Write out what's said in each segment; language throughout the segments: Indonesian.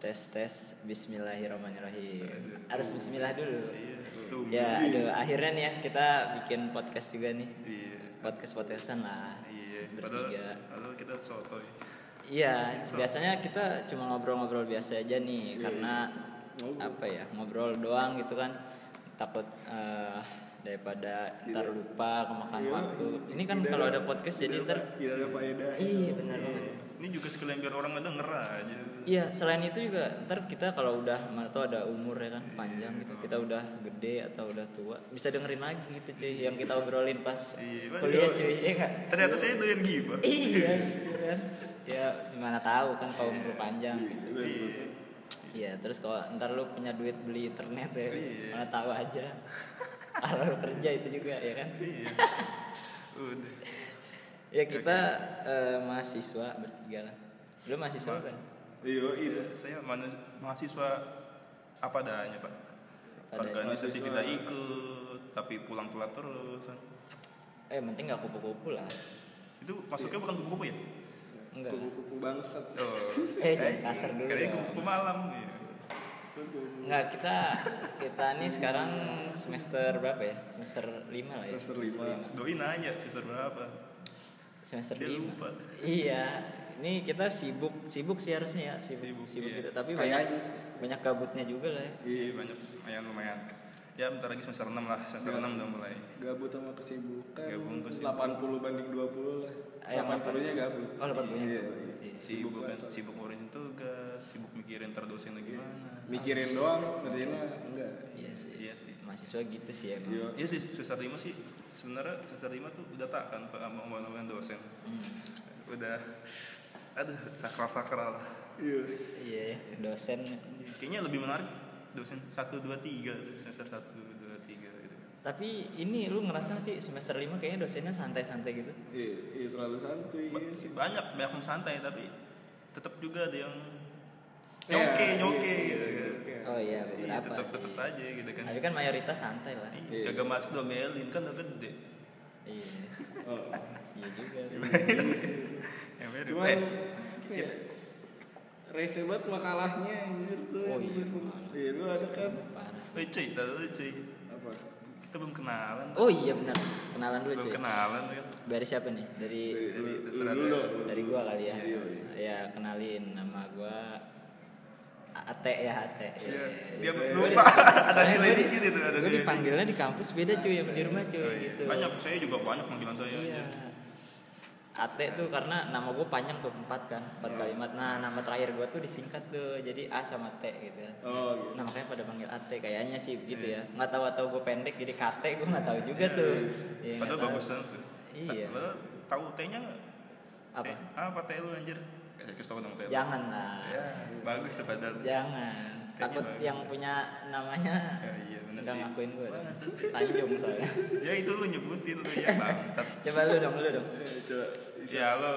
tes. Bismillahirrahmanirrahim. Harus bismillah dulu. Iya. Ya, akhirnya nih ya kita bikin podcast juga nih. Iya. Podcastan lah. Iya. Bertiga. Padahal kita sotoy. Iya, biasanya kita cuma ngobrol-ngobrol biasa aja nih, karena ngobrol doang gitu kan. Takut daripada ntar lupa kemakan waktu. Ini kan kalau ada podcast jadi ntar tidak ada faedah. Iya benar banget. Ini juga sekalian biar orang denger aja. Iya, selain itu juga ntar kita kalau udah mana tau ada umur ya kan panjang gitu, kita udah gede atau udah tua bisa dengerin lagi gitu cuy yang kita obrolin pas kuliah cuy, ya kan? Ternyata saya doyan gibah. Iya, gitu kan. Ya gimana tahu kan kalau umur panjang gitu. Iya, terus kalau ntar lu punya duit beli internet ya, mana tahu aja. Kalau lu kerja itu juga ya kan? Iya. Udah. Ya kita mahasiswa bertiga kan. Lu mahasiswa kan? Iya. Saya mahasiswa apa adanya, Pak. Organisasi tidak ikut, tapi pulang telat terus. Penting enggak kupu-kupu lah. Itu masuknya bukan kupu-kupu ya? Enggak. Kupu-kupu bangsat. Oh. Jangan kasar dulu. Kayaknya kupu-kupu malam ya. Enggak, kita nih sekarang semester berapa ya? Semester 5 lah ya. Semester 5. Doi nanya semester berapa? Semester Dia 5. lupa. Iya. Ini kita sibuk sih harusnya ya, sibuk iya. gitu. Tapi Kayaknya banyak gabutnya juga lah ya. Iya, banyak lumayan. Ya bentar lagi semester 6 lah. Semester 6 udah mulai. Gabut sama kesibukan. Gabung kesibukan. 80 banding 20 lah. Yang 80-nya gabut. Oh, 80-nya. Iya. Sibuk kan, sibuk ngurusin tugas, sibuk mikirin ntar dosennya gimana. Mikirin doang, ngerjainnya enggak. Iya sih. Iya sih. Mahasiswa gitu sih emang. Iya. Iya sih, semester 5 sih sebenarnya semester 5 tuh udah tak kan Pak sama omongan dosen. Udah sakral lah. Iya. Iya ya, dosen. Kayaknya lebih menarik dosen 1 2 3 semester 1 2 3 gitu. Tapi ini lu ngerasa sih semester 5 kayaknya dosennya santai-santai gitu. Iya, terlalu santuy sih. Banyak yang santai tapi tetap juga ada yang Ya, nyoke iya. gitu kan. Oh iya, beberapa tetap sih. aja gitu kan. Tapi kan mayoritas santai lah. Kagak masuk domelin kan udah gede. Iya. Oh. Iya juga. Yang beda. Cuman rese banget makalahnya anjir tuh. Oh, yang iya. pesen. Iya, lu ada kan? Parah sih. Cuy, cuy. Apa? Kita belum kenalan. Oh iya benar. Kenalan dulu Belum cuy. kenalan kan. Dari siapa nih? Dari Terserah dulu dong. dari gua kali ya. Iya. Ya kenalin, nama gua Ate ya Ate. Iya. Iya. Dia lupa ada nilai dikit itu ada. Gue dipanggilnya di kampus beda cuy, yang di rumah cuy Oh, iya. gitu. Banyak, saya juga banyak panggilan saya. Iya. Ate tuh karena nama gue panjang tuh 4 kan, 4 kalimat. Nah nama terakhir gue tuh disingkat tuh jadi A sama T gitu. Oh, gitu. Nah makanya pada panggil Ate kayaknya sih begitu ya. Nggak tahu atau gue pendek jadi KT gue nggak tahu juga tuh. Iya, Padahal nggak tahu. bagusan tuh. Iya. Padahal tahu T-nya enggak? Apa? Apa T lu anjir? Kasih tahu dong T. Jangan lah. Ya, bagus tuh padahal. Jangan. Takut bagus. yang punya namanya Ya, iya benar nggak sih. ngakuin gue. Bangsat. Tanjung soalnya. Ya itu lu nyebutin lu ya bangsat. Coba lu dong. Coba. Ya lo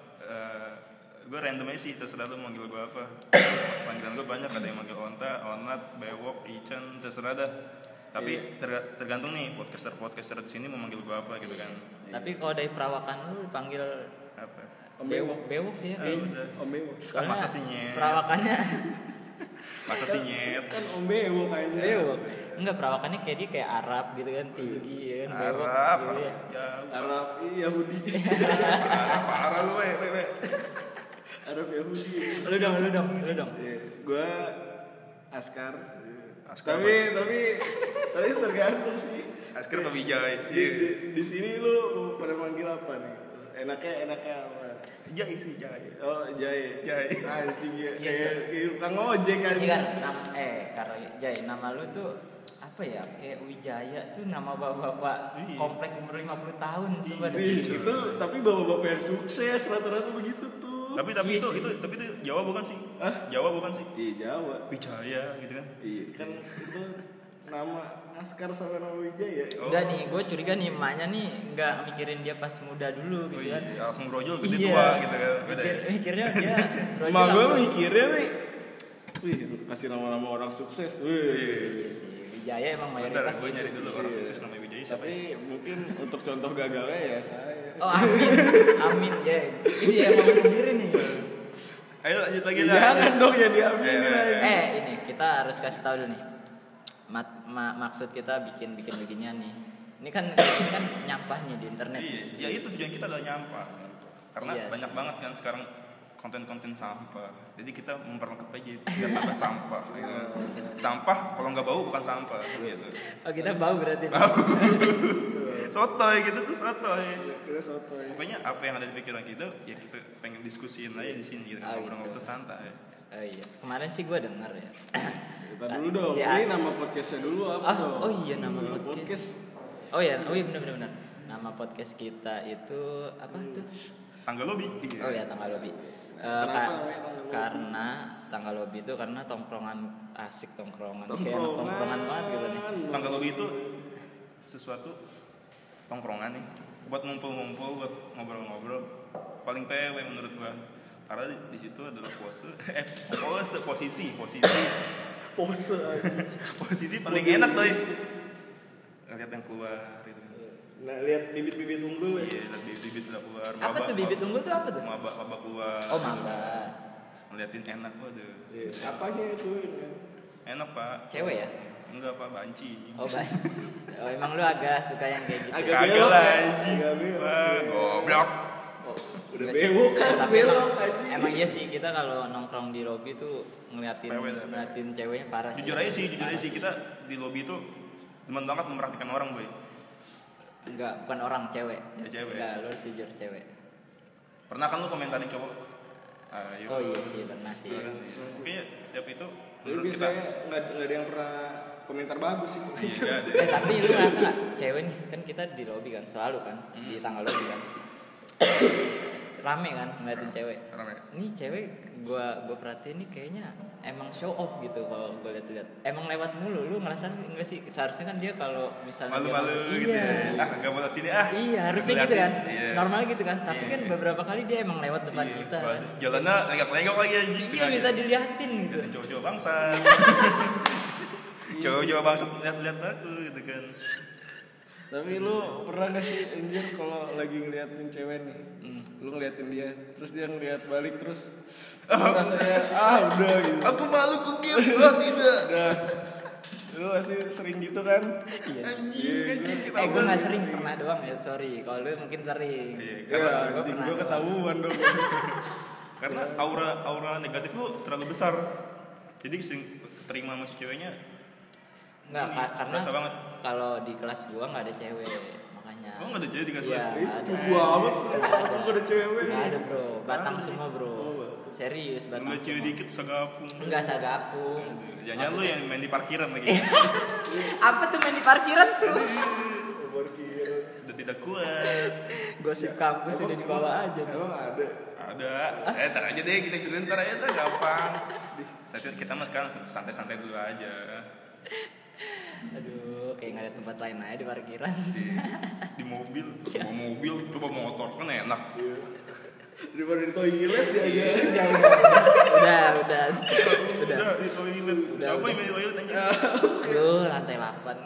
gue random aja sih terserah lu manggil gue apa. Panggilan gue banyak, ada yang manggil Onta, Onat, Bewok, Ican, terserah dah. Tapi tergantung nih podcaster di sini mau manggil gue apa gitu kan. Tapi kalau dari perawakan lu panggil Apa? bewok ya kayaknya. Udah. Om Bewo. Soalnya Masa sih nyet? perawakannya Masa sih nyet? Kan Om Bewo kayaknya. bewok. Enggak, perawakannya kayak dia kayak Arab gitu kan, tinggi ya kan, bewok Arab, gitu ya. jauh. Arab Yahudi. Parah lu we. Arab Yahudi. Lu dong. Iya. Gua Askar. Askar Tapi tergantung sih. Askar sama Wijay. Di sini lu pada manggil apa nih? Enaknya apa? Jai sih Jai. Oh, Jai. Anjing ya. Iya, Kayak tukang ojek kan. Ini kan karena Jai, nama lu tuh apa ya? Kayak Wijaya tuh nama bapak-bapak Iya. komplek umur 50 tahun coba deh. Itu tapi bapak-bapak yang sukses rata-rata begitu tuh. Tapi Iya itu sih. itu Jawa bukan sih? Hah? Jawa bukan sih? Iya, Jawa. Wijaya gitu kan. Iya, kan itu nama Askar sama nama Wijaya. Udah nih, gue curiga nih emaknya nih nggak mikirin dia pas muda dulu gitu kan. Iya, langsung brojol gede Iya. tua gitu kan. Beda ya. Mikirnya dia Emak gue langsung. mikirnya nih, wih kasih nama-nama orang sukses. Iya sih, Wijaya emang Bentar, mayoritas gue nyari gitu dulu sih. orang sukses namanya Wijaya siapa Tapi ya? mungkin untuk contoh gagalnya ya saya. Oh amin ya, ini yang ngomong sendiri nih. Ayo lanjut lagi lah. Jangan dong ya diaminin lagi. Ini kita harus kasih tahu dulu nih. Maksud kita bikin beginian nih. Ini kan nyampahnya di internet. Iya, ya itu tujuan kita adalah nyampah. Karena Iya banyak banget kan sekarang konten-konten sampah. Jadi kita memperlengkap aja biar tambah sampah. Gitu. Sampah kalau nggak bau bukan sampah gitu. Oh, kita bau berarti. Sotoy gitu tuh sotoy. Kita sotoy. Pokoknya apa yang ada di pikiran kita ya kita pengen diskusiin aja di sini gitu. Ngobrol-ngobrol santai. Oh iya. Kemarin sih gue denger ya. Kita dulu dong. Ya. Ini nama podcastnya dulu apa dong? Oh iya, nama podcast. Oh iya, benar. Nama podcast kita itu apa tuh? Tanggal lobby. Oh ya, Tanggal Lobby. Kenapa namanya Tanggal Lobby? Karena Tanggal Lobby itu karena tongkrongan asik, tongkrongan kayak anak tongkrongan banget gitu nih. Tanggal lobby itu sesuatu tongkrongan nih buat ngumpul-ngumpul, buat ngobrol-ngobrol. Paling PW menurut gua. Karena di situ adalah posisi Pose aja. posisi paling enak tuh. Lihat yang keluar gitu. Nah, lihat bibit-bibit unggul ya. Iya, lihat bibit udah keluar. Apa tuh bibit unggul tuh apa tuh? Maba keluar. Oh, maba. Ngeliatin enak waduh. Iya. Apanya itu? Enak, Pak. Cewek ya? Enggak, Pak, banci. Oh, banyak. Oh, emang lu agak suka yang kayak gitu. Agak Kagak belok lah, ya? anjing. Agak belok. Wah, goblok. Oh, udah Enggak sih. bewok kan, Tapi belok aja. emang iya sih kita kalau nongkrong di lobby tuh ngeliatin ceweknya parah sih. Jujur aja sih kita di lobby itu demen banget memperhatikan orang, boy. Enggak, bukan orang, cewek. Ya, cewek. Enggak, lu harus jujur cewek. Pernah kan lu komentarin cowok? Ayo. Oh iya sih, pernah sih. Kayaknya setiap itu Tapi menurut kita biasanya nggak ada yang pernah komentar bagus sih. iya nggak ada. Tapi lu ngerasa gak, cewek nih, kan kita di lobby kan, selalu kan, di Tanggal Lobby kan. Rame kan ngeliatin cewek. Rame. Nih cewek gua perhatiin nih kayaknya emang show off gitu kalau gua lihat. Emang lewat mulu, lu ngerasa enggak sih? Seharusnya kan dia kalau misalnya Malu-malu gitu iya. ya. Enggak mau lihat sini ah. Iya, harusnya gitu Ngeliatin. kan. Iya. Normalnya gitu kan. Tapi Iya. kan beberapa kali dia emang lewat depan Iya, kita. pas Kan. jalannya lenggak-lenggok lagi anjing. Iya, minta diliatin gitu. Dan cowok-cowok bangsa. Cowok-cowok bangsa lihat-lihat aku gitu kan. Tapi lu pernah gak sih anjir kalau lagi ngeliatin cewek nih, lu ngeliatin dia, terus dia ngeliat balik terus, lu rasanya udah gitu. Aku malu kukir, tidak. Udah, lu masih sering gitu kan? Iya. Anjing, Gue nggak sering, pernah doang ya, sorry. Kalau lu mungkin sering. Iya, Ya, Gua anjing pernah gua doang. ketahuan dong. Karena aura negatif lu terlalu besar. Jadi sering terima sama si ceweknya. Nggak, karena Berasa banget. kalau di kelas gua nggak ada cewek, makanya. Oh, nggak ada cewek di kelas Iya, lu? nggak Itu ada. gua amat, Nggak langsung gak ada cewek. Nggak ada bro, batang semua bro. Serius batang. Enggak cewek semua. dikit sagapung. Enggak sagapung. Jangan lu yang main di parkiran lagi. Apa tuh main di parkiran tuh? Parkir. Sudah tidak kuat. Gosip kampus sudah dibawa aja. Emang ada? Ada. Ntar aja deh kita ceritain ntar aja gampang. Kita mah sekarang santai-santai dulu aja. Aduh, kayak nggak ada tempat lain aja di parkiran. Di mobil, bawa mobil, coba motor kan enak. Daripada di toilet ya aja. Udah. Udah di toilet. Siapa yang main di toilet aja? Aduh, lantai 8.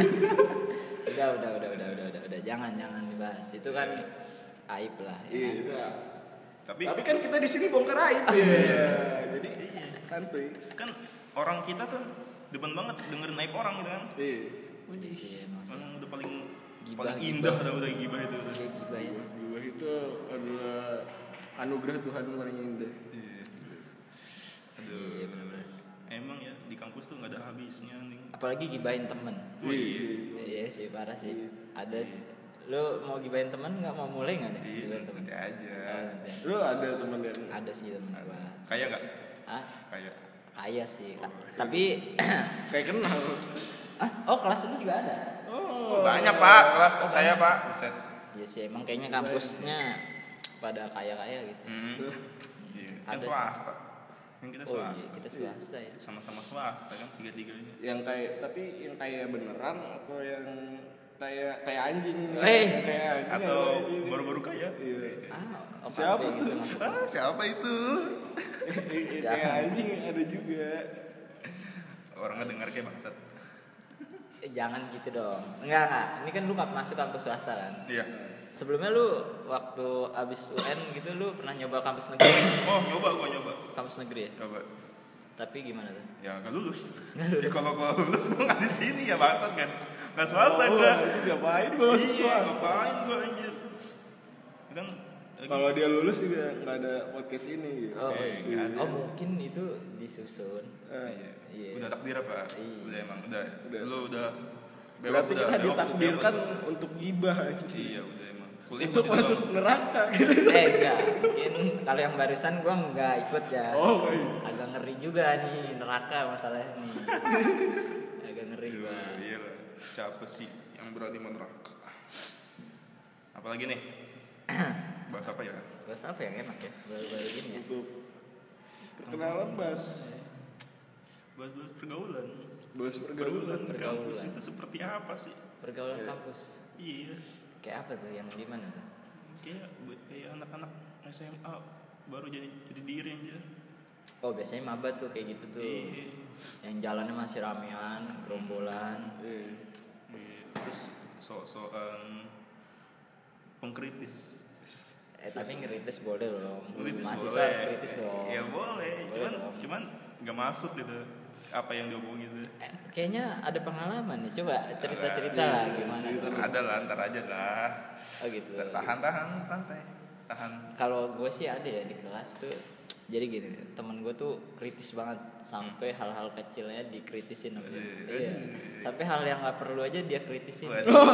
udah. Jangan dibahas. Itu kan aib lah. Ya kan? Iya. Tapi Tapi kan kita di sini bongkar aib. Iya. Jadi santuy. kan orang kita tuh demen banget dengerin aib orang gitu kan. Iya. Iya sih, emang sih. Orang udah paling Gibah, indah udah gibah itu. Kayak gibah ya. Gua itu adalah anugerah Tuhan paling indah. Iya. Iya benar-benar. Emang ya di kampus tuh nggak ada habisnya nih. Apalagi gibahin temen. Oh, iya. Iya sih parah sih. Ada sih. Lo mau gibahin temen nggak, mau mulai nggak nih Iya, gibahin temen? nanti aja. Oh, nanti. Lu ada teman kan? Ada sih temen gua. Kayak nggak? Ah, Kayak. kaya sih. Tapi Kayak kenal. oh kelas lu juga ada. Oh. Banyak pak kelas saya pak. Buset. Iya sih, emang kayaknya kampusnya pada kaya-kaya gitu. Iya. Kan Ada sih. swasta. Kan kita Oh iya, swasta. kita swasta ya. Sama-sama swasta kan tiga-tiganya. Yang kayak tapi yang kayak beneran atau yang kayak anjing? Eh. Yang kayak anjing Atau apa ini? baru-baru kaya. Iya. Ah, Siapa OKB gitu tuh? maksudnya. Siapa itu? Kayak anjing ada juga. Orangnya dengar kayak bangsat. Jangan gitu dong. Enggak. Ini kan lu masuk kampus swasta kan. Iya. Sebelumnya lu waktu abis UN gitu lu pernah nyoba kampus negeri? Oh gua nyoba Kampus negeri ya? coba. Tapi gimana tuh? Ya nggak lulus. Nggak lulus. Ya, kalau lulus gua nggak di sini ya bangsat kan. Nggak swasta gua. Itu ngapain gua masuk Iya, swasta? ngapain gua anjir. Kan Kalau dia lulus juga nggak ada podcast ini gitu. Oh, iya. oh mungkin itu disusun. iya. Iya. Udah takdir apa? Iya. Udah emang udah. Udah. Lu udah Berarti kita bewok, ditakdirkan bewok. untuk gibah Iya, udah emang. Kuliah untuk gua masuk neraka gitu. Enggak, mungkin kalau yang barusan gua nggak ikut ya. Oh, baik. Agak ngeri juga nih neraka masalahnya nih. Agak ngeri Iya, gua. iya lah. Siapa sih yang berani meneraka? Apalagi nih? Bahas apa ya? Bahas apa yang enak ya? Baru-baru gini ya. Untuk perkenalan Bas. Bahas pergaulan. Bahas pergaulan. Kampus itu seperti apa sih? Pergaulan kampus. Iya. Kayak apa tuh? Yang di mana tuh? Kayak anak-anak SMA baru jadi diri anjir. Oh, biasanya maba tuh kayak gitu tuh. Iya. Yang jalannya masih ramean, gerombolan. Iya. Terus sok-sokan pengkritis. Tapi ngeritis boleh loh. Kritis Mahasiswa boleh. harus kritis dong. Ya boleh, Boleh dong. cuman nggak masuk gitu apa yang diomongin gitu. Kayaknya ada pengalaman nih. Coba cerita-cerita Iya, lah gimana. cerita. Ada lah, ntar aja lah. Oh gitu. Tahan santai. Tahan. Kalau gue sih ada ya di kelas tuh. Jadi gini, temen gue tuh kritis banget sampai hal-hal kecilnya dikritisin sama dia. Iya. Sampai hal yang nggak perlu aja dia kritisin.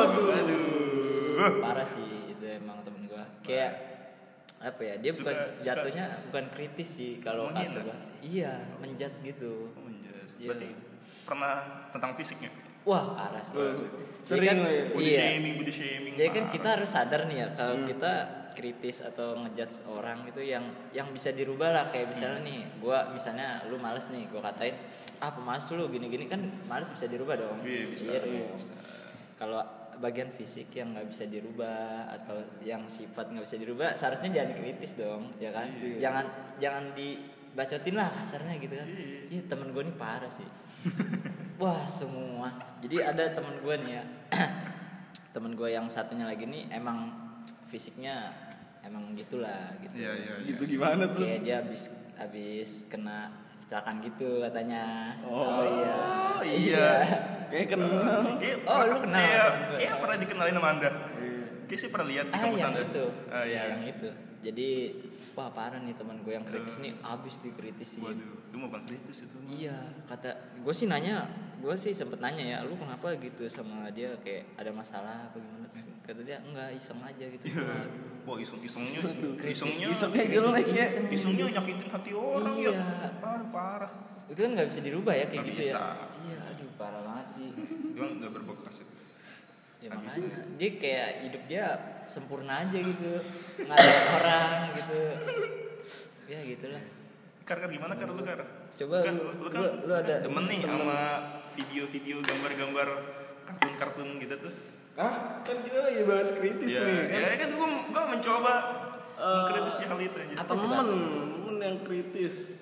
Waduh. Parah sih itu emang temen gue. Kayak apa ya? Dia bukan jatuhnya bukan kritis sih kalau kata menghina. gue. Iya, menjudge gitu. Iya. Berarti pernah tentang fisiknya? Wah, parah sih. Sering Jadi kan, lah ya. Body shaming. Jadi kan kita harus sadar nih ya kalau kita kritis atau ngejudge orang itu yang bisa dirubah lah, kayak misalnya nih, lu males nih, gua katain pemalas lu gini-gini, kan males bisa dirubah dong. Iya, bisa. Iya dong. Kalau bagian fisik yang nggak bisa dirubah atau yang sifat nggak bisa dirubah, seharusnya jangan kritis dong, ya kan? Jangan dibacotin lah kasarnya gitu kan. Iya, temen gue nih parah sih. Wah, semua. Jadi ada temen gue nih ya. Temen gue yang satunya lagi nih emang fisiknya emang gitulah gitu. Iya. Gitu gimana tuh? Kayak dia habis kena kecelakaan gitu katanya. Oh, iya. Kayak kenal. Lu kenal? Kayak pernah dikenalin sama Anda. Kayak sih pernah lihat di kampus yang Anda. itu. Iya. Yang itu. Jadi wah parah nih teman gue yang kritis nih, abis dikritisin. Waduh, lu mau kritis itu? Iya, kata gue sih sempet nanya ya, lu kenapa gitu sama dia, kayak ada masalah apa gimana? Kata dia enggak, iseng aja gitu. Wah, isengnya jelek ya. Isengnya nyakitin hati orang Iya. ya. Parah. Itu kan nggak bisa dirubah ya kayak Nggak gitu bisa. ya. Iya, aduh parah banget sih. Dia udah berbekas itu. Ya makanya dia kayak hidup dia sempurna aja gitu, ngalahin orang gitu. Ya gitulah. Kar gimana Kar lu Kar? Coba kan, lu kan ada demen nih sama video-video gambar-gambar kartun-kartun gitu tuh. Kan kita lagi bahas kritis nih kan. Ya kan gua mencoba mengkritisi hal itu aja. Apa tuh, Temen yang kritis.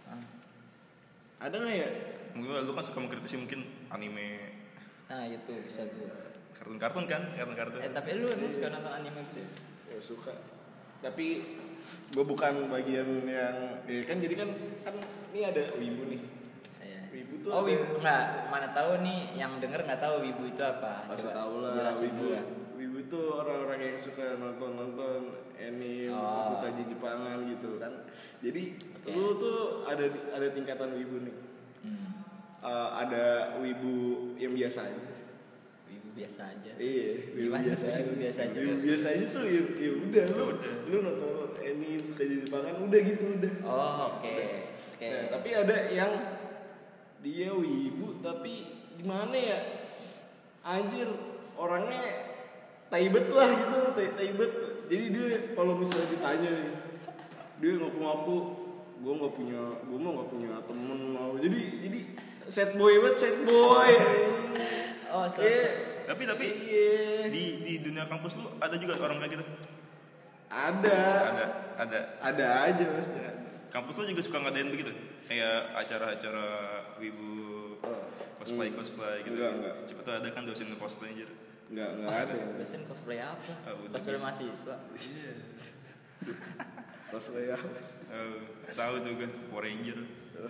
Ada nggak ya? Mungkin lu kan suka mengkritisi mungkin anime, Nah itu bisa tuh. kartun-kartun kan, kartun-kartun. Tapi lu emang suka nonton anime gitu? Ya suka. Tapi gue bukan bagian yang kan jadi kan ini ada wibu nih. Iya. Wibu tuh Oh ada- wibu nggak, mana tahu nih yang denger nggak tahu wibu itu apa? Pasti Coba tahu lah jelasin wibu. gua. Wibu tuh orang-orang yang suka nonton anime, Oh. suka Jepangan gitu kan. Jadi Oke. lu tuh ada tingkatan wibu nih. Ada wibu yang biasa aja. Wibu biasa aja. Iya, wibu Gimana biasa tuh aja. wibu biasa aja? Wibu biasa aja tuh ya udah. Lu nonton anime suka Jepangan udah gitu udah. Oh oke. Nah, tapi ada yang dia wibu tapi gimana ya? Anjir, orangnya taibet lah gitu, taibet. Jadi dia kalau misalnya ditanya nih, dia ngaku-ngaku gue mah nggak punya temen. Jadi sad boy banget, sad boy. Oh selesai. Tapi Iya. di dunia kampus lu ada juga orang kayak gitu. Ada aja pasti. Kampus lu juga suka ngadain begitu? Kayak acara-acara wibu cosplay gitu. Enggak. Cepet tuh ada kan dosen cosplay aja. Enggak ada. Dosen cosplay apa? udah Cosplay bisa. mahasiswa. Iya. Cosplay ya. Tahu tuh kan Power Ranger.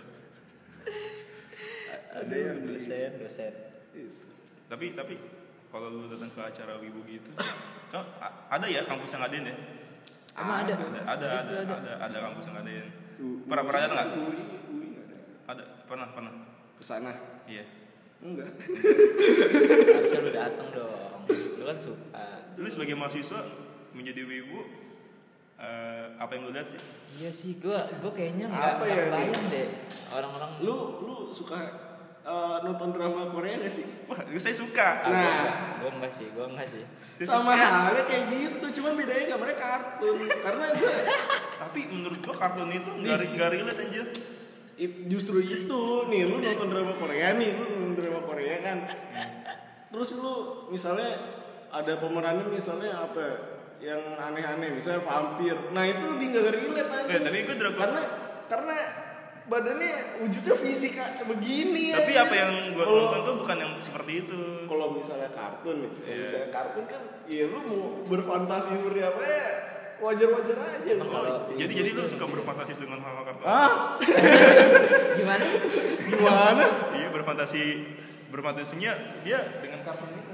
Ada yang dosen. Tapi kalau lu datang ke acara wibu gitu, kan ada ya kampus yang ngadain ya? Emang ada? Serius Ada kampus yang ngadain. Pernah ada nggak? UI nggak ada. Ada, pernah. Kesana? Iya. Enggak. Harusnya lu datang dong. Lu kan suka. Lu sebagai mahasiswa menjadi wibu, apa yang lu lihat sih? Iya sih, gua kayaknya Apa nggak ya, kebayang deh orang-orang. Lu suka nonton drama Korea nggak sih? Wah, saya suka. Nah. Gua enggak sih. Saya Sama suka. halnya kayak gitu, cuman bedanya gambarnya kartun. Karena gue Tapi menurut gua kartun itu nggak relate aja. justru itu nih, lu nonton drama Korea kan. Terus lu misalnya ada pemerannya misalnya apa yang aneh-aneh, misalnya vampir. Nah itu lebih nggak relate aja. Tapi gue karena badannya wujudnya fisik begini. Tapi aja. apa yang gue tonton tuh bukan yang seperti itu. Kalau misalnya kartun nih, Iya. misalnya kartun kan, ya lu mau berfantasi seperti apa ya wajar-wajar aja. Emang kalau- Jadi lu suka berfantasi dengan hal-hal kartun? Gimana? Gimana? Iya, berfantasinya dia dengan kartun itu.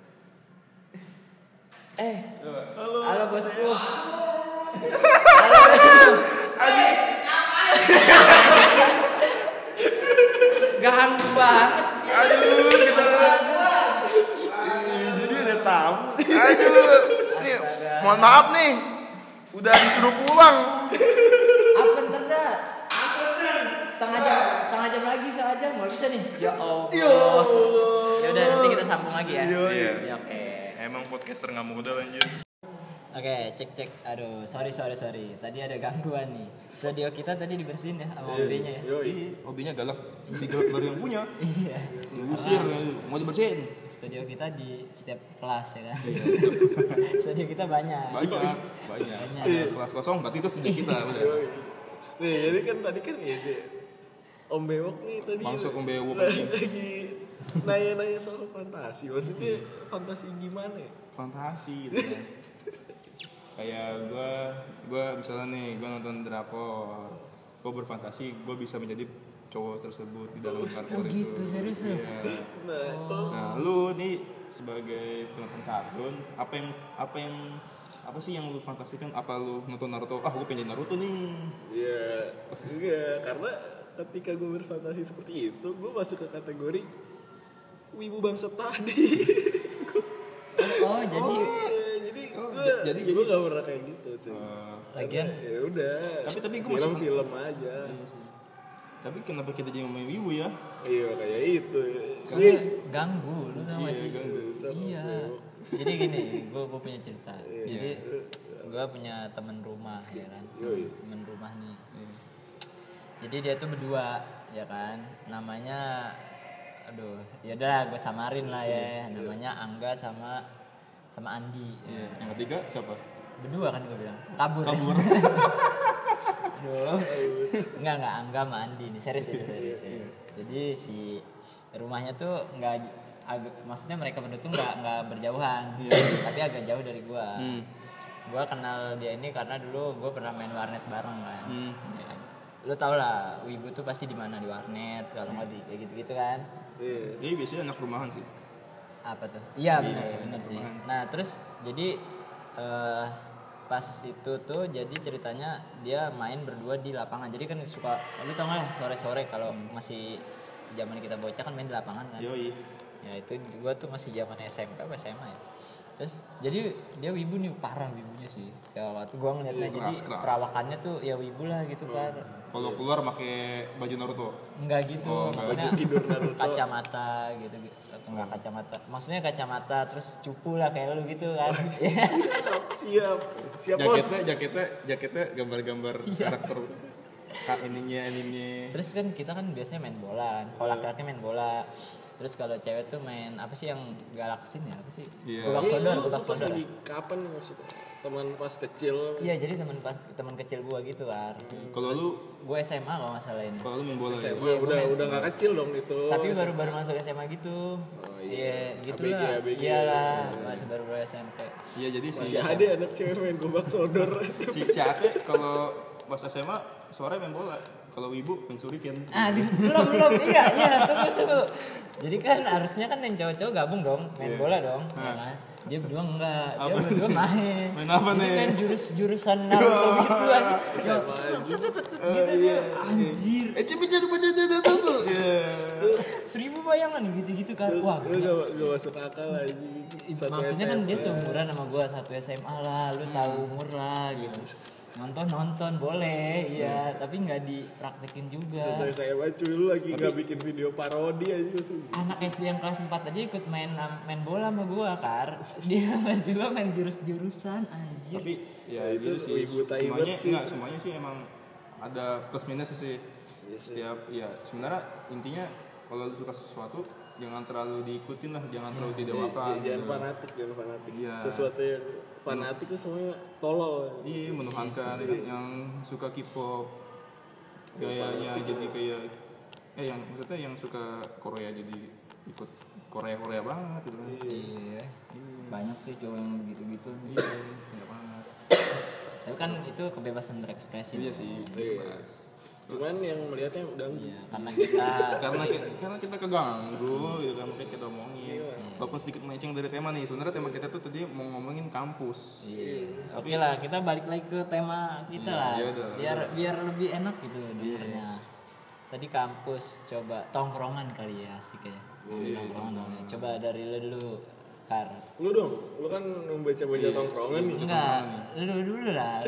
Halo bosku. Halo bosku. Ganggu banget. Aduh, kita Jadi ada tamu. Aduh, nih, Astaga. mohon maaf nih, udah disuruh pulang. Apa ntar dah? Setengah jam lagi, nggak bisa nih. Ya Allah. Ya udah, nanti kita sambung lagi ya. Iya. Ya, oke. Emang podcaster nggak mudah anjir. Oke, cek. Aduh, sorry. Tadi ada gangguan nih. Studio kita tadi dibersihin ya sama OB-nya ya. Yoi. Hobinya galak, baru yang punya. Iya. Usir, mau dibersihin. Studio kita di setiap kelas ya kan. Studio kita banyak. Banyak. Banyak. Kelas kosong, berarti itu studio kita. Udah. Yoi. Nih, jadi kan tadi kan ya Om Bewok nih tadi Bangsat Om Bewok lagi nanya soal fantasi. Maksudnya fantasi gimana ya? Fantasi gitu kan. Kayak gue misalnya nih, gue nonton drakor, gue berfantasi gue bisa menjadi cowok tersebut di dalam drakor itu. gitu, serius lu? Iya. Nah, Nah, lu nih sebagai penonton kartun, apa sih yang lu fantasikan? Apa lu nonton Naruto? Ah, gue pengen jadi Naruto nih. ya enggak, karena ketika gue berfantasi seperti itu, gue masuk ke kategori wibu bangsa tadi. Oh, jadi jadi gue gak pernah kayak gitu, cuy. lagian Ya udah. Tapi gue masih film aja. Tapi kenapa kita jadi ngomongin wibu ya? Iya kayak itu. soalnya ganggu, lu tau gak Iya, sih? ganggu. Iya. Jadi gini, gue punya cerita. Jadi gue punya temen rumah ya kan. Yoi. Temen rumah nih. Jadi dia tuh berdua ya kan. Namanya aduh, yaudah gue samarin lah ya. Namanya Angga sama Andi. Iya. Yang ketiga siapa? Berdua kan gue bilang. Kabur. Aduh. Enggak Angga sama Andi nih, serius ya. Jadi si rumahnya tuh maksudnya mereka berdua tuh nggak berjauhan, tapi agak jauh dari gua. Gua kenal dia ini karena dulu gua pernah main warnet bareng kan. Ya, lu tau lah, wibu tuh pasti di mana, di warnet, kalau nggak di kayak gitu-gitu kan. Ini biasanya anak rumahan sih. Apa tuh? Iya benar sih. rumahan. Nah terus jadi pas itu tuh jadi ceritanya dia main berdua di lapangan. Jadi kan suka, lu tau gak lah sore-sore kalau masih zaman kita bocah kan main di lapangan kan. Yoi. Ya itu gua tuh masih zaman SMP apa SMA ya. Terus jadi dia wibu nih, parah wibunya sih. Ya waktu gua ngeliatnya jadi keras. perawakannya tuh ya wibu lah gitu kan. Kalau keluar pakai baju Naruto. Enggak gitu, Oh, maksudnya baju tidur Naruto. kacamata gitu, atau enggak kacamata. Maksudnya kacamata terus cupu lah kayak lu gitu kan. Siap bos. Jaketnya gambar-gambar karakter anime. Terus kan kita kan biasanya main bola kan. Kalau laki-laki main bola. Terus kalau cewek tuh main apa sih yang galaksin ya? Apa sih? Iya. Gobak sodor. Pas lagi kapan nih maksudnya? teman pas kecil. Iya, jadi teman kecil gua gitu kan. Kalau lu Gua SMA kalau nggak salah ini. kalau lu main bola ya? SMA Iya, udah nggak kecil dong itu. Tapi baru masuk SMA gitu. Oh, Iya, iya. gitulah. ABG. Iyalah, masih baru SMP. Iya, jadi Masih ada anak cewek main gobak sodor. si Ate kalau pas SMA sore main bola. Kalau ibu main suriken. Belum. Iya, tunggu. Jadi kan harusnya kan yang cowok-cowok gabung dong, main bola dong, ya kan? Dia berdua enggak, dia berdua main. Main apa Jadi nih? main jurus-jurusan Naruto gitu aja. Gitu dia, anjir. Cepet jadi pada susu. Iya. 1000 bayangan gitu-gitu kan. Wah, Gue gak masuk akal aja. maksudnya kan dia seumuran sama gua, satu SMA lah, lu tahu umur lah gitu. Nonton boleh, iya, tapi nggak dipraktekin juga. Satu SMA cuy, lu lagi gak bikin video parodi aja maksudnya. Anak SD yang kelas 4 aja ikut main bola sama gua, Kar. Dia juga main jurus-jurusan, anjir. Tapi ya itu gitu sih. wibu taibat Semuanya sih. semuanya sih emang ada plus minus sih. Setiap ya sebenarnya intinya kalau lu suka sesuatu jangan terlalu diikutin lah, jangan terlalu didewakan. Jangan gitu. fanatik. Iya. Sesuatu yang fanatik itu semuanya tolol. Iya, menuhankan ya kan? Yang suka K-pop gayanya jadi kayak yang maksudnya yang suka Korea jadi ikut Korea banget gitu kan. Iya. Banyak sih cowok yang begitu-gitu. Iya, banyak banget. Tapi kan itu kebebasan berekspresi. Iya sih, bebas. Cuman yang melihatnya ganggu. Iya, karena kita karena kita keganggu gitu kan, makanya kita omongin walaupun sedikit melenceng dari tema nih. Sebenarnya tema kita tuh tadi mau ngomongin kampus. Iya. Oke lah, kita balik lagi ke tema kita lah. iya udah. Biar lebih enak gitu dengernya. Tadi kampus, coba tongkrongan kali ya, asik ya. Tongkrongan. Coba dari lu dulu, Kar. Lu dong, lu kan membaca-baca tongkrongan nih. Enggak, lu dulu lah.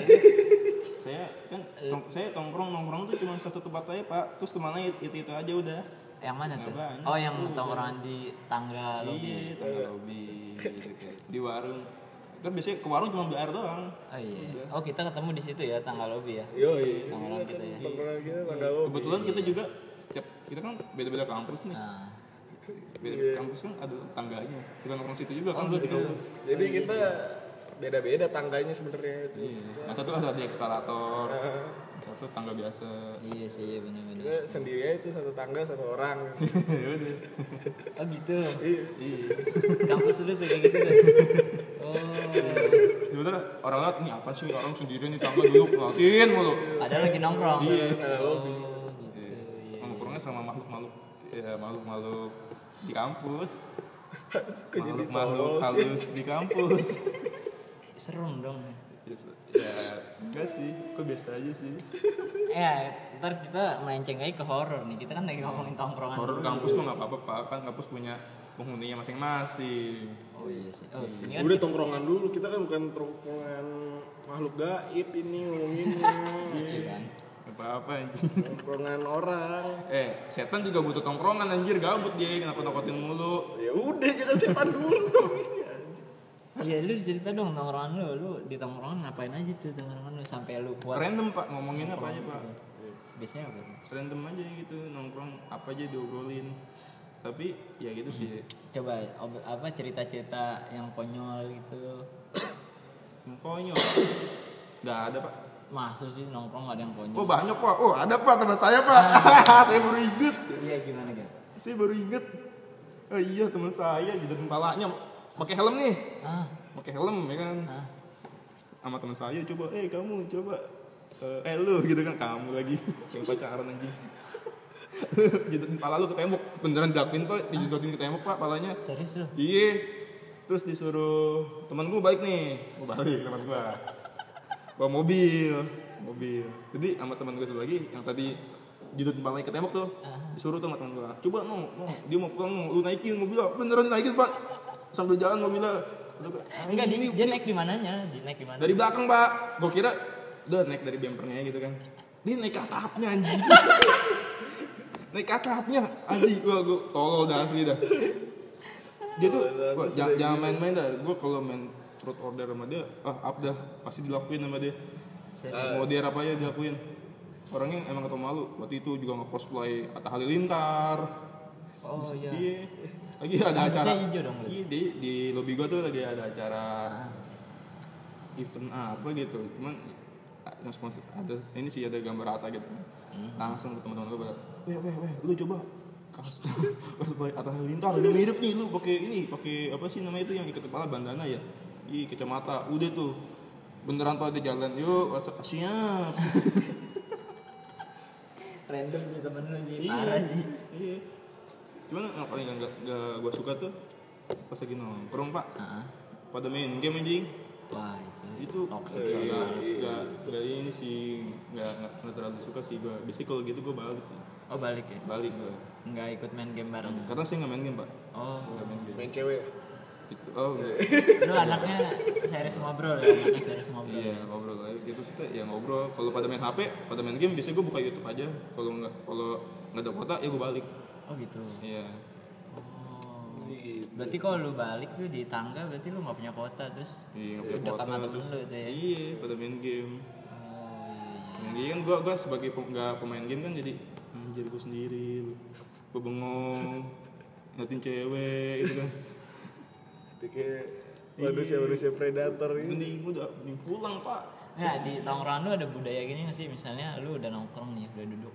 Saya nongkrong tuh cuma satu tempat aja Pak, terus temannya itu aja udah. Yang mana tuh? banyak. Oh, yang tongkrongan di tangga Iya, lobi. tangga lobi gitu kayak di warung. Kan biasanya ke warung cuma beli air doang. Oh iya. Oh, kita ketemu di situ ya, tangga lobi ya. Yoi. Tongkrongan kita ya. Tongkrongan kita tanggal lo. Kebetulan kita juga kita kan beda-beda kampus nih. Nah, Beda kampus kan ada tangganya. Suka nongkrong situ juga kan gua di kampus. Jadi kita beda-beda tangganya sebenarnya itu. Iya. Yang satu ada di eskalator. Yang satu tangga biasa. iya sih, benar-benar. Kita sendiri aja itu satu tangga satu orang. Ya udah. Oh gitu. Iya. Iya. Kampus lu tuh kayak gitu tuh. Oh. Sebenarnya orang lihat ini apa sih orang sendirian di tangga duduk ngeliatin mulu. Ada lagi nongkrong. Iya. Oh, gitu. Iya. Nongkrongnya sama makhluk-makhluk ya makhluk-makhluk di kampus. Kok jadi Makhluk-makhluk tolol sih? halus di kampus. Serem dong. Ya enggak sih, kok biasa aja sih. Ntar kita melenceng aja ke horor nih. Kita kan lagi ngomongin tongkrongan. Horor dulu. kampus mah nggak apa-apa Pak, kan kampus punya penghuninya masing-masing. Oh iya sih. Oh, ini kan Udah tongkrongan dulu, kita kan bukan tongkrongan makhluk gaib ini ngomonginnya. lucu kan. Nggak apa-apa anjing. Tongkrongan orang. Setan juga butuh tongkrongan anjir, gabut dia nakut-nakutin mulu. Ya udah jangan setan dulu dong. Iya, lu cerita dong tongkrongan lu di tongkrongan ngapain aja tuh tongkrongan lu sampai lu kuat. Random Pak, ngomongin apa aja Pak. Biasanya apa tuh? Random aja gitu, nongkrong apa aja diobrolin. Tapi ya gitu sih. Coba apa cerita-cerita yang konyol gitu. Konyol. Nggak ada Pak. Masuk sih nongkrong gak ada yang konyol. Oh banyak Pak, oh ada Pak teman saya Pak. Saya baru inget. Iya gimana kan? Saya baru inget. Oh iya teman saya jadi kepalanya pakai helm nih. Pakai helm ya kan. Sama teman saya coba, kamu coba lu gitu kan, kamu lagi yang pacaran anjing. Jidatin pala lu ke tembok, beneran dilakuin Pak, dijidotin ke tembok Pak palanya. Serius lu? Iya. Terus disuruh teman gue balik nih. Gue balik teman gue. Bawa mobil. Jadi sama teman gue satu lagi yang tadi jidotin palanya ke tembok tuh. Disuruh tuh sama teman gue. Coba no, dia mau pulang, lu naikin mobilnya. Beneran naikin Pak. Sambil jalan mobilnya. Enggak, dia naik di mananya? Dia naik di mana? Dari belakang Pak. Gue kira udah naik dari bempernya gitu kan. Dia naik ke atapnya anjing. Naik ke atapnya anjing. Gue tolol dah asli dah. Dia tuh jangan main-main dah. Gue kalau main truth order sama dia, up dah pasti dilakuin sama dia. Mau dia apa aja dilakuin. Orangnya emang ketemu malu. Waktu itu juga nge-cosplay Atta Halilintar. Oh iya. Iya. Lagi ada Rambutnya acara. hijau dong, Iya di lobi gua tuh lagi ada acara event apa gitu, cuman yang sponsor ada ini sih, ada gambar Atta gitu kan. Langsung ke teman-teman gue, weh lu coba kas Atta Halilintar udah mirip nih, lu pakai apa sih namanya itu yang ikat kepala bandana ya, kacamata, udah tuh beneran pada jalan, yuk siap. Random sih temen lu sih, Iya, parah sih. iya. Cuman yang paling gak gue suka tuh pas lagi nongkrong pak, pada main game anjing. Wah Itu toxic sih. gak ini sih, gak terlalu suka sih gue. Biasanya kalau gitu gue balik sih, Oh balik ya? balik gue. Nggak ikut main game bareng? Karena saya nggak main game pak, Oh, nggak main game. Main cewek. Itu enggak. lu anaknya serius ngobrol ya? Anaknya serius ngobrol. Iya ngobrol aja gitu sih, ya ngobrol. Kalau pada main HP, pada main game, biasanya gue buka YouTube aja. Kalau nggak ada kuota ya gue balik. Oh gitu. Iya. Oh. Berarti kalau lu balik tuh di tangga, berarti lu nggak punya kuota, terus Iya, nggak punya udah kuota, sama temen terus lu itu ya? iya pada main game. Oh iya. Main game kan gue sebagai nggak pemain game kan, jadi anjir gue sendiri, gue bengong ngeliatin cewek gitu kan. Itu kayak manusia predator ini. Mending pulang pak. Nah, di tongkrongan lu ada budaya gini nggak sih? Misalnya lu udah nongkrong nih, udah duduk,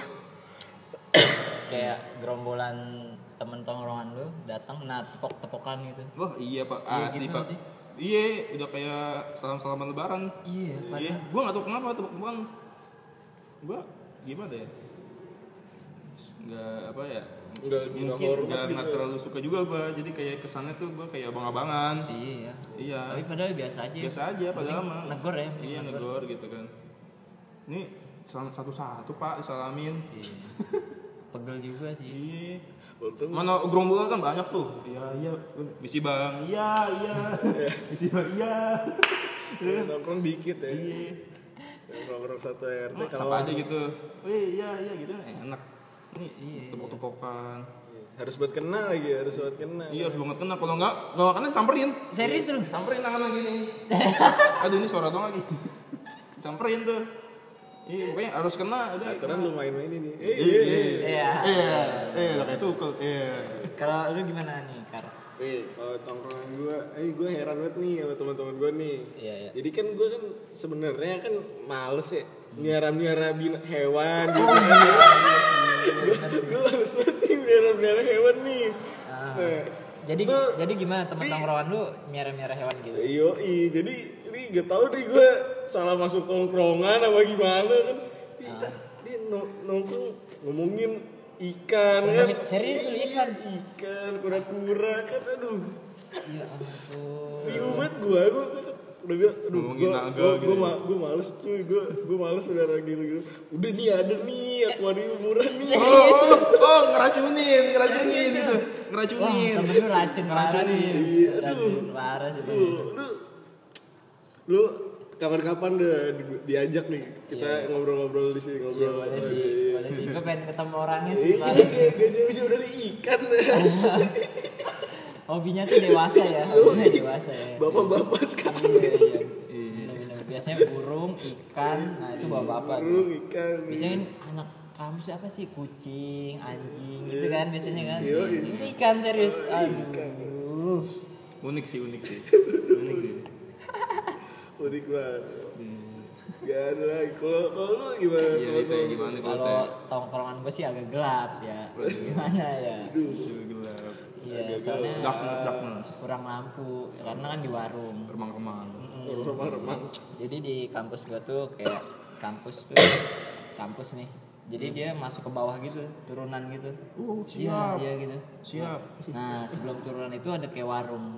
kayak gerombolan temen tongkrongan lu datang, nah tepok-tepokan gitu. Wah iya pak, Iya, asli gitu pak. sih. Iya, udah kayak salam-salaman lebaran. Iya, Iya, gue nggak tahu kenapa tepok-tepokan. Gue gimana ya? Nggak apa ya? Nggak Mungkin hormat nggak gitu ya. terlalu suka juga gue. Jadi kayak kesannya tuh gue kayak abang-abangan. Iya. Iya. Tapi padahal biasa aja. Biasa aja padahal mah. Negor ya. Iya negor gitu kan. Ini satu-satu pak disalamin. Iya. Pegel juga sih. Iya. Untung Mana gerombolan kan banyak tuh. Iya. Misi bang. Iya. Misi bang. Iya. nongkrong dikit ya. Iya. Nongkrong satu RT kalau Sapa aja gitu. Wih, iya gitu enak. Ini Iya. tepok-tepokan. harus buat kena lagi, harus buat kena. Iya harus banget kena. Kalau enggak kena samperin. Serius lu? Samperin tangan gini. Aduh ini suara dong lagi. Samperin tuh. Iya pokoknya harus kena. Udah. Aturan lu main-main ini. Iya. Udah kayak tukul. Iya. Kalau lu gimana nih, Kar? Kalau tongkrongan gue heran banget nih sama teman-teman gue nih. Iya. Jadi kan gue kan sebenarnya kan males ya miara hewan gitu. Gue males banget nih miara hewan nih. Nah, Jadi gimana temen tongkrongan lu miara-miara hewan gitu? jadi ini gak tau nih gue salah masuk tongkrongan apa gimana kan. Dia nongkrong ngomongin ikan kan. Serius lu ikan? Ikan, kura-kura kan, aduh. Ya ampun. Bingung banget gue udah bilang, aduh, Ngomongin naga gitu. gue males cuy, gue males udah gitu. Udah nih ada nih akuarium murah nih. Oh, ngeracunin gitu. Wah, temen lu racun parah sih. Iya, Racun parah sih. Lu kapan-kapan deh diajak nih kita ngobrol-ngobrol di sini Iya ngobrol. boleh sih. Gue pengen ketemu orangnya sih. Iya, kayak jauh-jauh dari ikan. Hobinya tuh dewasa ya. Hobinya dewasa ya. Bapak-bapak sekali. Iya. Bener-bener. Biasanya burung, ikan, nah itu bapak-bapak. Burung, ikan. Biasanya anak kamu siapa sih? Kucing, anjing gitu kan biasanya kan. Iya. Ini ikan serius. Aduh. Unik sih. Unik banget. Gak ada lagi. Kalau lu gimana? Iya itu ya gimana kalau Kalau tongkrongan gue sih agak gelap ya. Gimana ya? gelap. Iya, soalnya Darkness. kurang lampu karena kan di warung. Remang-remang. Remang-remang. Jadi di kampus gue tuh kayak kampus nih. Jadi dia masuk ke bawah gitu, turunan gitu. Siap. Iya gitu. Siap. Nah, sebelum turunan itu ada kayak warung.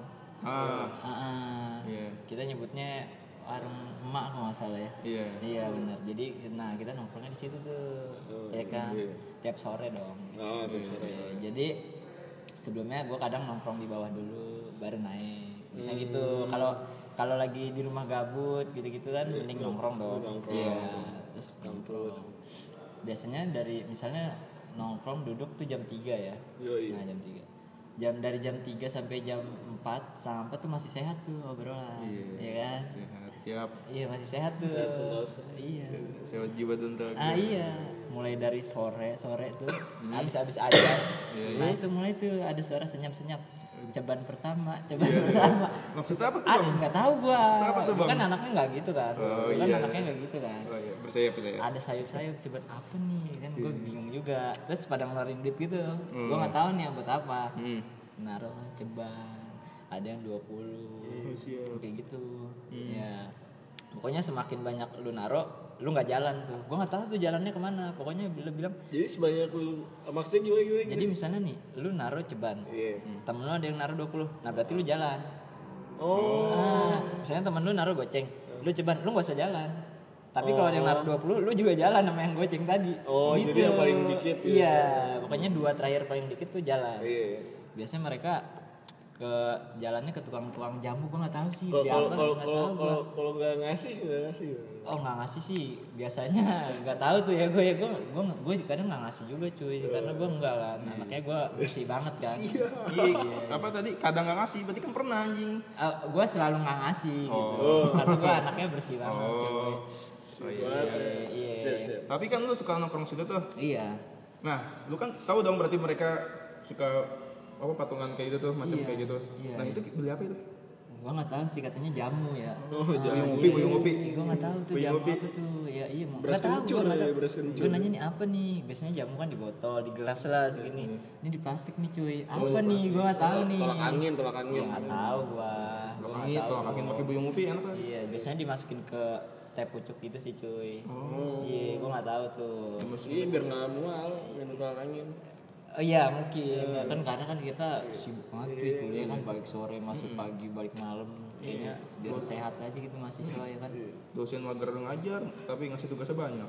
Iya. Kita nyebutnya warung emak kalau nggak salah ya. Iya. Iya benar. Jadi kita nongkrongnya di situ tuh. Ya kan. iya. Tiap sore dong. Oh, terus Iya, jadi sebelumnya gue kadang nongkrong di bawah dulu baru naik. Bisa gitu. Kalau lagi di rumah gabut gitu-gitu kan mending nongkrong dong. Iya. Terus nongkrong. Biasanya dari nongkrong duduk tuh jam 3 ya. Yoi. Nah, jam 3. Dari jam 3 sampai jam 4 sampai tuh masih sehat tuh obrolan. Iya kan? Sehat. Siap. Iya masih sehat tuh. Iya. Sehat jiwa dan raga. Iya, mulai dari sore tuh habis aja. Nah itu mulai tuh ada suara senyap-senyap. Ceban pertama. Maksudnya apa tuh, Ah, Bang? nggak tahu gua. Maksudnya apa tuh, Bang? Kan anaknya nggak gitu kan. Oh, Kan iya. anaknya nggak gitu kan. Oh, iya. Percaya. Ada sayup-sayup ceban apa nih kan gue bingung juga. Terus pada ngeluarin duit gitu. Hmm. Gue nggak tahu nih buat apa. Hmm. Naruh ceban. Ada yang 20. Oh, siap. Kayak gitu. Ya. Pokoknya semakin banyak lu naro, lu nggak jalan tuh. Gue nggak tahu tuh jalannya kemana. Pokoknya bilang Jadi sebanyak lu maksudnya gimana? jadi misalnya nih, lu naruh ceban. Iya. Temen lu ada yang naruh 20. Nah, berarti lu jalan. Oh. Misalnya temen lu naruh goceng, lu ceban, lu gak usah jalan. Tapi kalau ada yang naruh 20, lu juga jalan sama yang goceng tadi. Oh, jadi yang paling dikit ya? Iya, pokoknya 2 terakhir paling dikit tuh jalan. Iya. Biasanya mereka ke jalannya ke tukang-tukang jamu, gua nggak tahu sih. Di Kalau apa, kalau nggak kalau tahu kalau gua. kalau nggak ngasih. Oh nggak ngasih sih, biasanya nggak tahu tuh ya gue kadang nggak ngasih juga cuy, karena gue enggak kan, anaknya gue bersih banget kan. Iya. Apa tadi? Kadang nggak ngasih, berarti kan pernah anjing. Gue selalu nggak ngasih gitu, karena gue anaknya bersih banget cuy. Iya. Siap. Tapi kan lu suka nongkrong situ tuh. Iya. Nah, lu kan tahu dong berarti mereka suka apa patungan kayak gitu tuh, macam Iya, kayak gitu. iya. Nah, itu beli apa itu? Gue nggak tahu sih, katanya jamu ya. Oh, Buyung ngopi. Gue nggak tahu tuh Buyung jamu ngopi. apa tuh. Ya iya, Beras nggak tahu. kencur Gue nggak ya, tahu. beras kencur. Gue nanya nih apa nih? Biasanya jamu kan di botol, di gelas lah segini. Ini di plastik nih cuy. Apa nih? Gue nggak tahu nih. Tolak angin. Ya nggak tahu gue. Tolak angin, tolak angin pakai buyung ngopi enak kan? Iya, biasanya dimasukin ke teh pucuk gitu sih cuy. Iya, gue nggak tahu tuh. Iya biar nggak mual, minum tolak angin. Oh iya mungkin ya kan, karena kan kita sibuk banget cuy, kuliah kan balik sore masuk pagi balik malam, kayaknya biar sehat aja gitu mahasiswa ya kan. Dosen mager ngajar, tapi ngasih tugasnya banyak.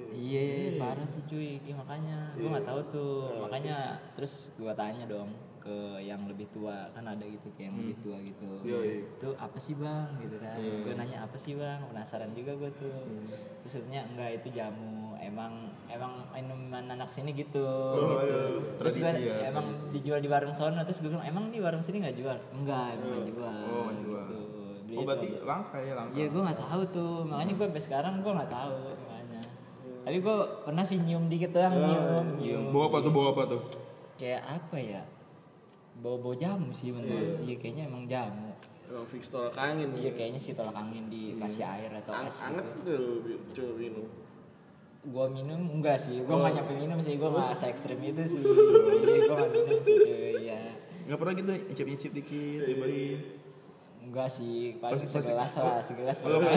Iya parah sih cuy, ya, makanya gue nggak tahu tuh, makanya terus gue tanya dong ke yang lebih tua, kan ada gitu kayak yang lebih tua gitu. Itu apa sih bang gitu kan? Gue nanya apa sih bang, penasaran juga gue tuh. Terus katanya enggak, itu jamu, emang minuman anak sini gitu. Gitu. Terus gue Tradisi ya, emang dijual di warung sono, terus gue bilang emang di warung sini nggak jual? Enggak, emang nggak jual. Oh, nggak jual. Gitu. Beli Oh, berarti itu. langka ya, langka. Iya gue nggak tahu tuh, makanya gue sampai sekarang gue nggak tahu makanya. Tapi gue pernah sih nyium dikit doang, nyium. Bawa apa tuh? Kayak apa ya? Bau jamu sih bener. Iya kayaknya emang jamu. Emang fix tolak angin. Iya kayaknya sih tolak angin dikasih air atau es. Anget tuh coba minum. Gue minum enggak sih, gue nggak nyampe minum sih, gue nggak se ekstrim itu sih. Iya gue nggak minum sih cuy ya. Nggak pernah gitu nyicip dikit, dibagiin. Enggak sih, paling Pasti- segelas lah, segelas.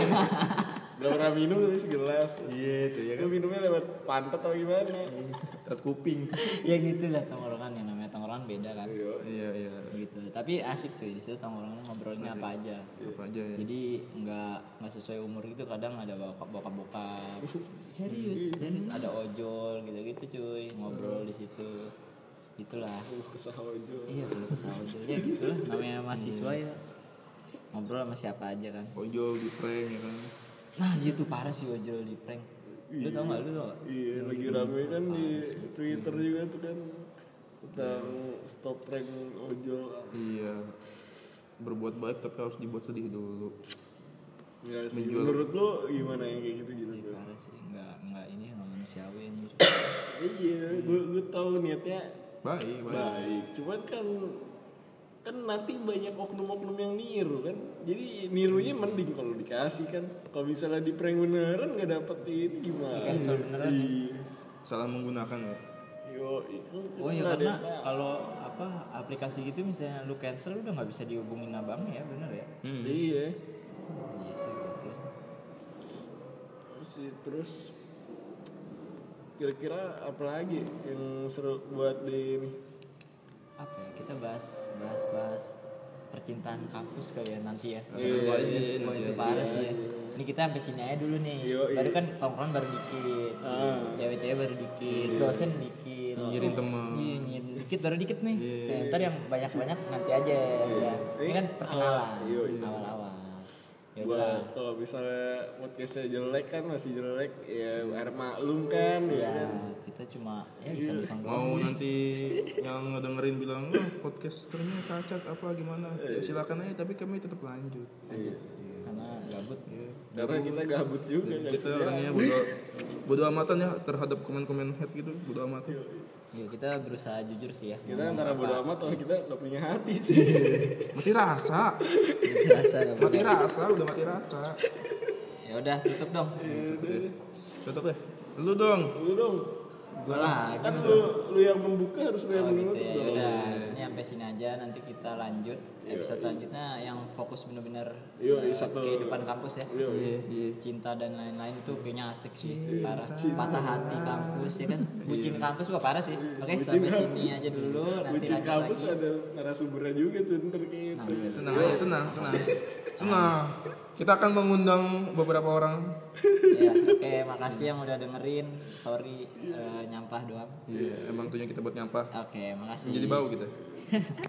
Gak pernah minum tapi segelas. Iya, tuh ya Lu kan. minumnya lewat pantat atau gimana? Tat kuping. Ya gitulah tongkrongan, yang namanya tongkrongan beda kan. Iya. Gitu. Tapi asik tuh, disitu tongkrongan ngobrolnya apa aja. Apa aja ya? Jadi nggak sesuai umur gitu, kadang ada bokap serius ada ojol gitu cuy, ngobrol di situ. Itulah. Kesah ojol. Iya kalau kesal ojol ya gitulah, namanya mahasiswa ya. Ngobrol sama siapa aja kan. Ojol di prank ya kan. Nah dia tuh parah sih ojol di prank. Lu tau gak? Iya, lagi rame kan di Twitter juga tuh kan tentang stop prank ojol. Iya. Berbuat baik tapi harus dibuat sedih dulu. Ya sih, Menjual. menurut lu gimana yang kayak gitu tuh? Parah sih, nggak ini nggak manusiawi anjir. Iya, gue tahu niatnya Baik. baik, cuman kan nanti banyak oknum-oknum yang niru kan, jadi nirunya mending kalau dikasih kan, kalau misalnya di prank beneran nggak dapet ini gimana? Cancel beneran. Iya. Salah menggunakan ya. Yo, itu Oh iya, nggak ada karena yang tahu. kalau apa aplikasi gitu misalnya lu cancel udah nggak bisa dihubungin abangnya ya, bener ya? Iya. Iya sih, oke sih. Terus kira-kira apa lagi yang seru buat di ini? Apa ya, kita bahas percintaan kampus kali ya nanti ya. Iya, Wah, itu parah sih ya. Ini kita sampai sini aja dulu nih. Yoi. Baru kan tongkrongan baru dikit. Cewek-cewek baru dikit, dosen dikit. Nyinyirin temen. Iya, nyinyirin dikit baru dikit nih. Iya. Nah, ntar yang banyak-banyak nanti aja ya. Ini kan perkenalan Yoi. awal-awal. Ya Buat udah. kalau misalnya podcastnya jelek kan masih jelek ya air maklum kan ya. Ya, kita cuma ya bisa-bisa Mau nanti yang ngedengerin bilang podcasternya cacat apa gimana? Ya silakan aja tapi kami tetap lanjut. karena gabut. Karena kita gabut juga. Kita orangnya bodo amatan ya terhadap komen-komen hate gitu, bodo amat. Ya kita berusaha jujur sih ya. Kita antara bodo amat atau kita nggak punya hati sih. Mati rasa. Mati rasa, udah mati rasa. Ya udah tutup dong. Tutup deh. Lu dong. Lu dong. Gue lagi Kan masa. lu yang membuka harus lu yang Gitu menutup ya. dong. Udah, ini sampai sini aja, nanti kita lanjut episode selanjutnya yang fokus bener-bener satu. kehidupan kampus ya. Iya. Cinta dan lain-lain itu kayaknya asik sih, parah. Patah hati kampus ya kan. Bucin kampus wah parah sih. Oke, sampai sini aja dulu, nanti Bucin lanjut kampus lagi. ada narasumbernya juga tuh ntar kayak gitu. Tenang aja, tenang. Kita akan mengundang beberapa orang. Ya, oke, makasih yang udah dengerin. Sorry nyampah doang. Iya, emang tujuan kita buat nyampah. Oke, makasih. Jadi bau kita.